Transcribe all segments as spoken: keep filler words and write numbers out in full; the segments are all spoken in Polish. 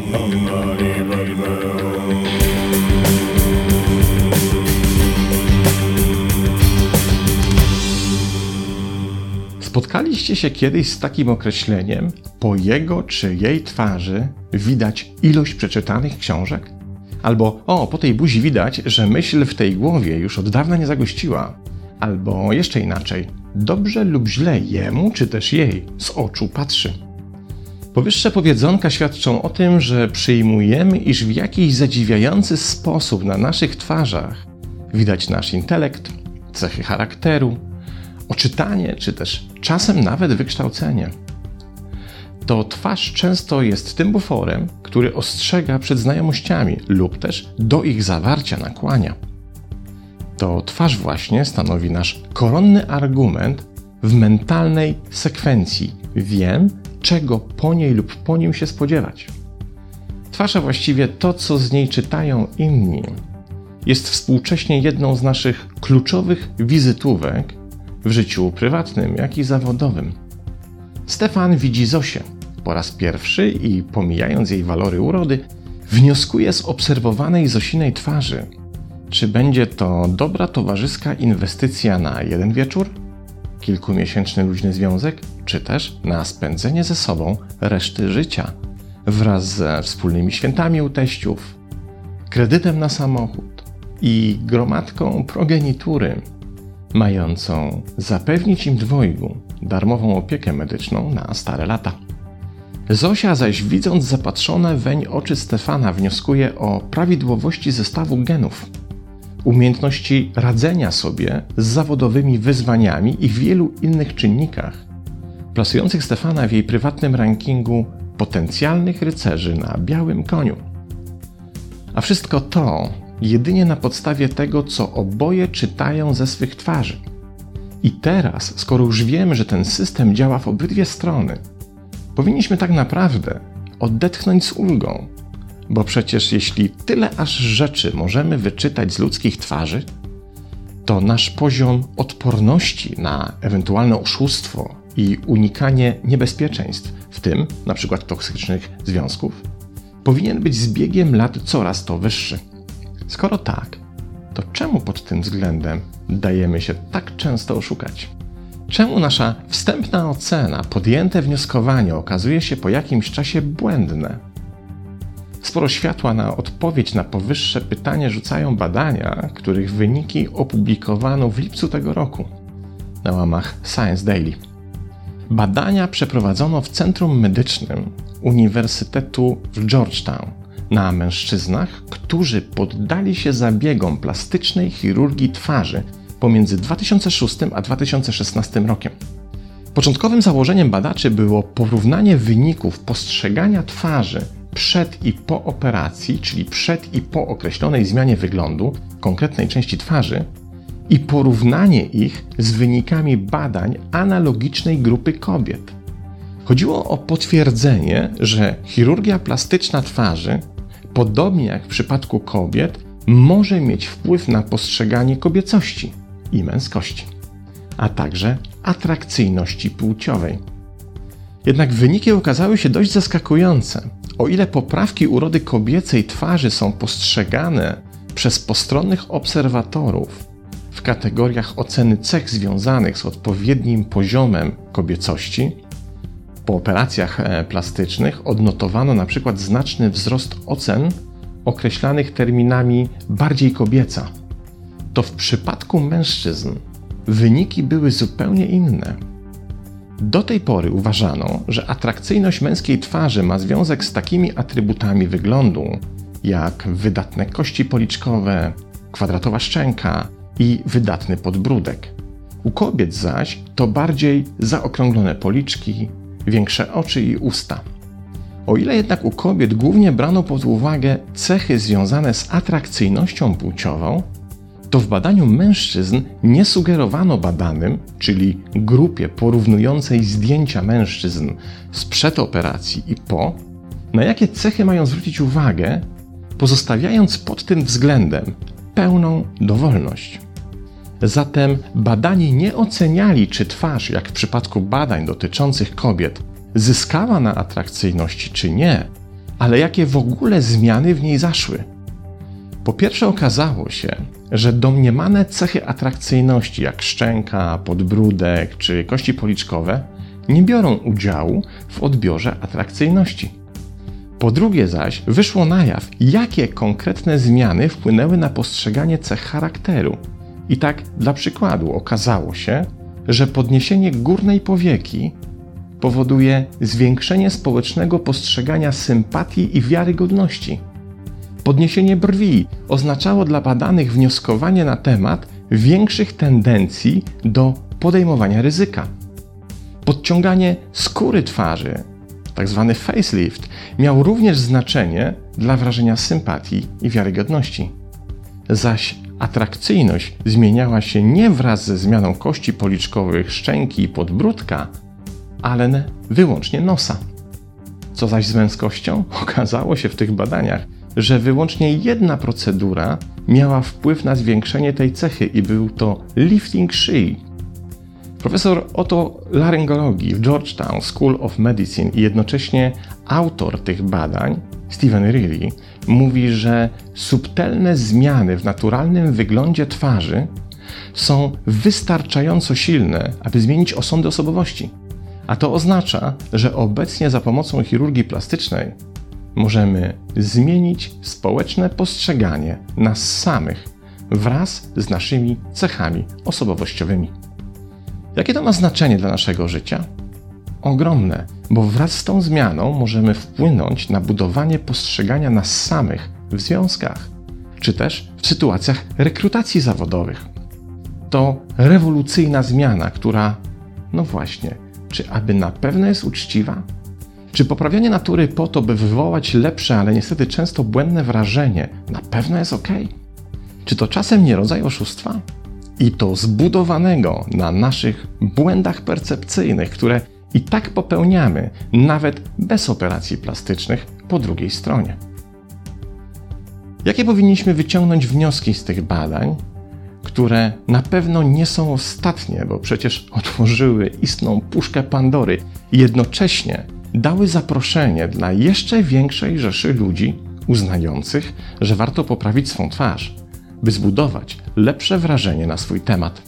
Spotkaliście się kiedyś z takim określeniem: po jego czy jej twarzy widać ilość przeczytanych książek? Albo o, po tej buzi widać, że myśl w tej głowie już od dawna nie zagościła. Albo jeszcze inaczej, dobrze lub źle jemu czy też jej z oczu patrzy. Powyższe powiedzonka świadczą o tym, że przyjmujemy, iż w jakiś zadziwiający sposób na naszych twarzach widać nasz intelekt, cechy charakteru, oczytanie czy też czasem nawet wykształcenie. To twarz często jest tym buforem, który ostrzega przed znajomościami lub też do ich zawarcia nakłania. To twarz właśnie stanowi nasz koronny argument w mentalnej sekwencji. Wiem, czego po niej lub po nim się spodziewać. Twarz, a właściwie to, co z niej czytają inni, jest współcześnie jedną z naszych kluczowych wizytówek w życiu prywatnym, jak i zawodowym. Stefan widzi Zosię po raz pierwszy i, pomijając jej walory urody, wnioskuje z obserwowanej Zosinej twarzy, czy będzie to dobra towarzyska inwestycja na jeden wieczór, kilkumiesięczny luźny związek, czy też na spędzenie ze sobą reszty życia wraz ze wspólnymi świętami u teściów, kredytem na samochód i gromadką progenitury, mającą zapewnić im dwojgu darmową opiekę medyczną na stare lata. Zosia zaś, widząc zapatrzone weń oczy Stefana, wnioskuje o prawidłowości zestawu genów, umiejętności radzenia sobie z zawodowymi wyzwaniami i wielu innych czynnikach, plasujących Stefana w jej prywatnym rankingu potencjalnych rycerzy na białym koniu. A wszystko to jedynie na podstawie tego, co oboje czytają ze swych twarzy. I teraz, skoro już wiemy, że ten system działa w obydwie strony, powinniśmy tak naprawdę odetchnąć z ulgą, bo przecież jeśli tyle aż rzeczy możemy wyczytać z ludzkich twarzy, to nasz poziom odporności na ewentualne oszustwo i unikanie niebezpieczeństw, w tym np. toksycznych związków, powinien być z biegiem lat coraz to wyższy. Skoro tak, to czemu pod tym względem dajemy się tak często oszukać? Czemu nasza wstępna ocena, podjęte wnioskowanie okazuje się po jakimś czasie błędne? Sporo światła na odpowiedź na powyższe pytanie rzucają badania, których wyniki opublikowano w lipcu tego roku na łamach Science Daily. Badania przeprowadzono w Centrum Medycznym Uniwersytetu w Georgetown na mężczyznach, którzy poddali się zabiegom plastycznej chirurgii twarzy pomiędzy dwa tysiące szóstym a dwa tysiące szesnastym rokiem. Początkowym założeniem badaczy było porównanie wyników postrzegania twarzy przed i po operacji, czyli przed i po określonej zmianie wyglądu konkretnej części twarzy, i porównanie ich z wynikami badań analogicznej grupy kobiet. Chodziło o potwierdzenie, że chirurgia plastyczna twarzy, podobnie jak w przypadku kobiet, może mieć wpływ na postrzeganie kobiecości i męskości, a także atrakcyjności płciowej. Jednak wyniki okazały się dość zaskakujące. O ile poprawki urody kobiecej twarzy są postrzegane przez postronnych obserwatorów w kategoriach oceny cech związanych z odpowiednim poziomem kobiecości, po operacjach plastycznych odnotowano na przykład znaczny wzrost ocen określanych terminami bardziej kobieca, to w przypadku mężczyzn wyniki były zupełnie inne. Do tej pory uważano, że atrakcyjność męskiej twarzy ma związek z takimi atrybutami wyglądu, jak wydatne kości policzkowe, kwadratowa szczęka i wydatny podbródek. U kobiet zaś to bardziej zaokrąglone policzki, większe oczy i usta. O ile jednak u kobiet głównie brano pod uwagę cechy związane z atrakcyjnością płciową, to w badaniu mężczyzn nie sugerowano badanym, czyli grupie porównującej zdjęcia mężczyzn sprzed operacji i po, na jakie cechy mają zwrócić uwagę, pozostawiając pod tym względem pełną dowolność. Zatem badani nie oceniali, czy twarz, jak w przypadku badań dotyczących kobiet, zyskała na atrakcyjności czy nie, ale jakie w ogóle zmiany w niej zaszły? Po pierwsze okazało się, że domniemane cechy atrakcyjności jak szczęka, podbródek czy kości policzkowe nie biorą udziału w odbiorze atrakcyjności. Po drugie zaś wyszło na jaw, jakie konkretne zmiany wpłynęły na postrzeganie cech charakteru. I tak dla przykładu okazało się, że podniesienie górnej powieki powoduje zwiększenie społecznego postrzegania sympatii i wiarygodności. Podniesienie brwi oznaczało dla badanych wnioskowanie na temat większych tendencji do podejmowania ryzyka. Podciąganie skóry twarzy, tzw. facelift, miał również znaczenie dla wrażenia sympatii i wiarygodności. Zaś atrakcyjność zmieniała się nie wraz ze zmianą kości policzkowych, szczęki i podbródka, ale wyłącznie nosa. Co zaś z męskością? Okazało się w tych badaniach, że wyłącznie jedna procedura miała wpływ na zwiększenie tej cechy i był to lifting szyi. Profesor otolaryngologii w Georgetown School of Medicine i jednocześnie autor tych badań, Stephen Reilly, mówi, że subtelne zmiany w naturalnym wyglądzie twarzy są wystarczająco silne, aby zmienić osądy osobowości. A to oznacza, że obecnie za pomocą chirurgii plastycznej możemy zmienić społeczne postrzeganie nas samych wraz z naszymi cechami osobowościowymi. Jakie to ma znaczenie dla naszego życia? Ogromne, bo wraz z tą zmianą możemy wpłynąć na budowanie postrzegania nas samych w związkach, czy też w sytuacjach rekrutacji zawodowych. To rewolucyjna zmiana, która, no właśnie, czy aby na pewno jest uczciwa? Czy poprawianie natury po to, by wywołać lepsze, ale niestety często błędne wrażenie, na pewno jest ok? Czy to czasem nie rodzaj oszustwa? I to zbudowanego na naszych błędach percepcyjnych, które i tak popełniamy, nawet bez operacji plastycznych po drugiej stronie. Jakie powinniśmy wyciągnąć wnioski z tych badań, które na pewno nie są ostatnie, bo przecież otworzyły istną puszkę Pandory i jednocześnie dały zaproszenie dla jeszcze większej rzeszy ludzi uznających, że warto poprawić swą twarz, by zbudować lepsze wrażenie na swój temat.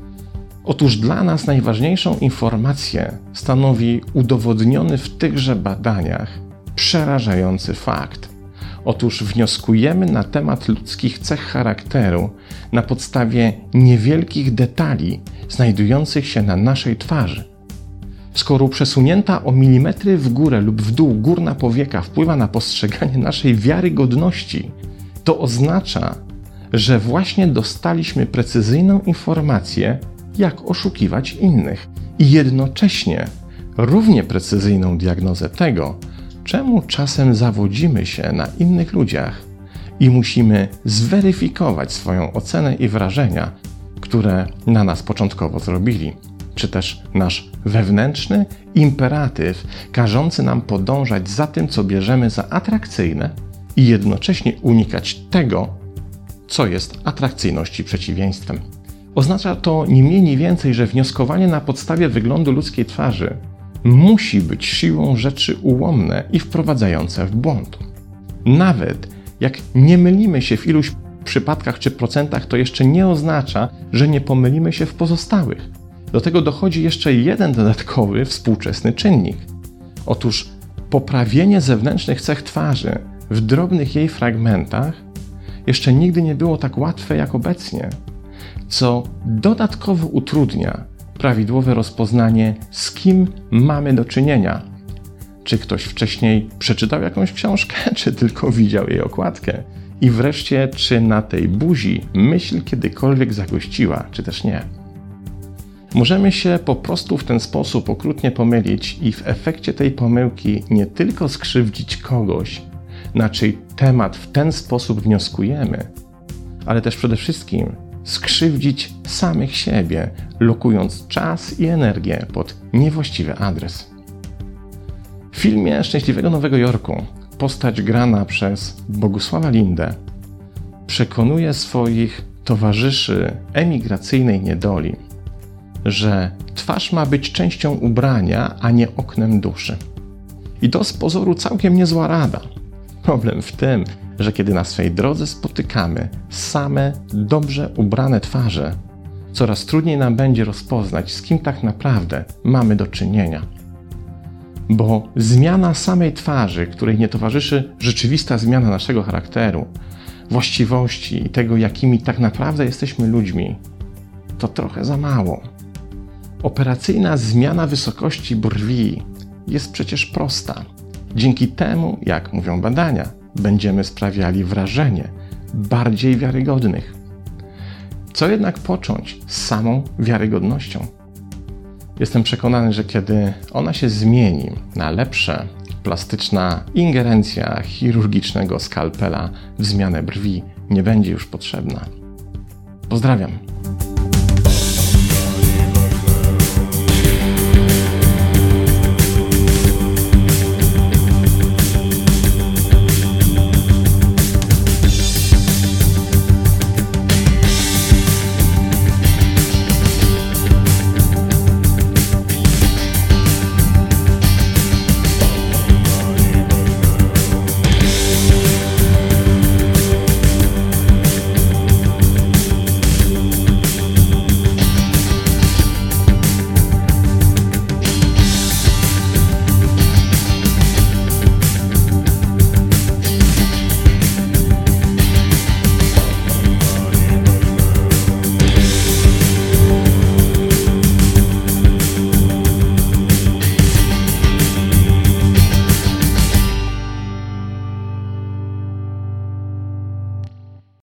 Otóż dla nas najważniejszą informację stanowi udowodniony w tychże badaniach przerażający fakt. Otóż wnioskujemy na temat ludzkich cech charakteru na podstawie niewielkich detali znajdujących się na naszej twarzy. Skoro przesunięta o milimetry w górę lub w dół górna powieka wpływa na postrzeganie naszej wiarygodności, to oznacza, że właśnie dostaliśmy precyzyjną informację, jak oszukiwać innych i jednocześnie równie precyzyjną diagnozę tego, czemu czasem zawodzimy się na innych ludziach i musimy zweryfikować swoją ocenę i wrażenia, które na nas początkowo zrobili, czy też nasz wewnętrzny imperatyw każący nam podążać za tym, co bierzemy za atrakcyjne i jednocześnie unikać tego, co jest atrakcyjności przeciwieństwem. Oznacza to ni mniej, ni więcej, że wnioskowanie na podstawie wyglądu ludzkiej twarzy musi być siłą rzeczy ułomne i wprowadzające w błąd. Nawet jak nie mylimy się w iluś przypadkach czy procentach, to jeszcze nie oznacza, że nie pomylimy się w pozostałych. Do tego dochodzi jeszcze jeden dodatkowy, współczesny czynnik. Otóż poprawienie zewnętrznych cech twarzy w drobnych jej fragmentach jeszcze nigdy nie było tak łatwe jak obecnie, co dodatkowo utrudnia prawidłowe rozpoznanie, z kim mamy do czynienia. Czy ktoś wcześniej przeczytał jakąś książkę, czy tylko widział jej okładkę? I wreszcie, czy na tej buzi myśl kiedykolwiek zagościła, czy też nie? Możemy się po prostu w ten sposób okrutnie pomylić i w efekcie tej pomyłki nie tylko skrzywdzić kogoś, na czyj temat w ten sposób wnioskujemy, ale też przede wszystkim skrzywdzić samych siebie, lokując czas i energię pod niewłaściwy adres. W filmie Szczęśliwego Nowego Jorku postać grana przez Bogusława Lindę przekonuje swoich towarzyszy emigracyjnej niedoli, że twarz ma być częścią ubrania, a nie oknem duszy. I to z pozoru całkiem niezła rada, Problem w tym, że kiedy na swej drodze spotykamy same dobrze ubrane twarze, coraz trudniej nam będzie rozpoznać, z kim tak naprawdę mamy do czynienia. Bo zmiana samej twarzy, której nie towarzyszy rzeczywista zmiana naszego charakteru, właściwości i tego, jakimi tak naprawdę jesteśmy ludźmi, to trochę za mało. Operacyjna zmiana wysokości brwi jest przecież prosta. Dzięki temu, jak mówią badania, będziemy sprawiali wrażenie bardziej wiarygodnych. Co jednak począć z samą wiarygodnością? Jestem przekonany, że kiedy ona się zmieni na lepsze, plastyczna ingerencja chirurgicznego skalpela w zmianę brwi nie będzie już potrzebna. Pozdrawiam.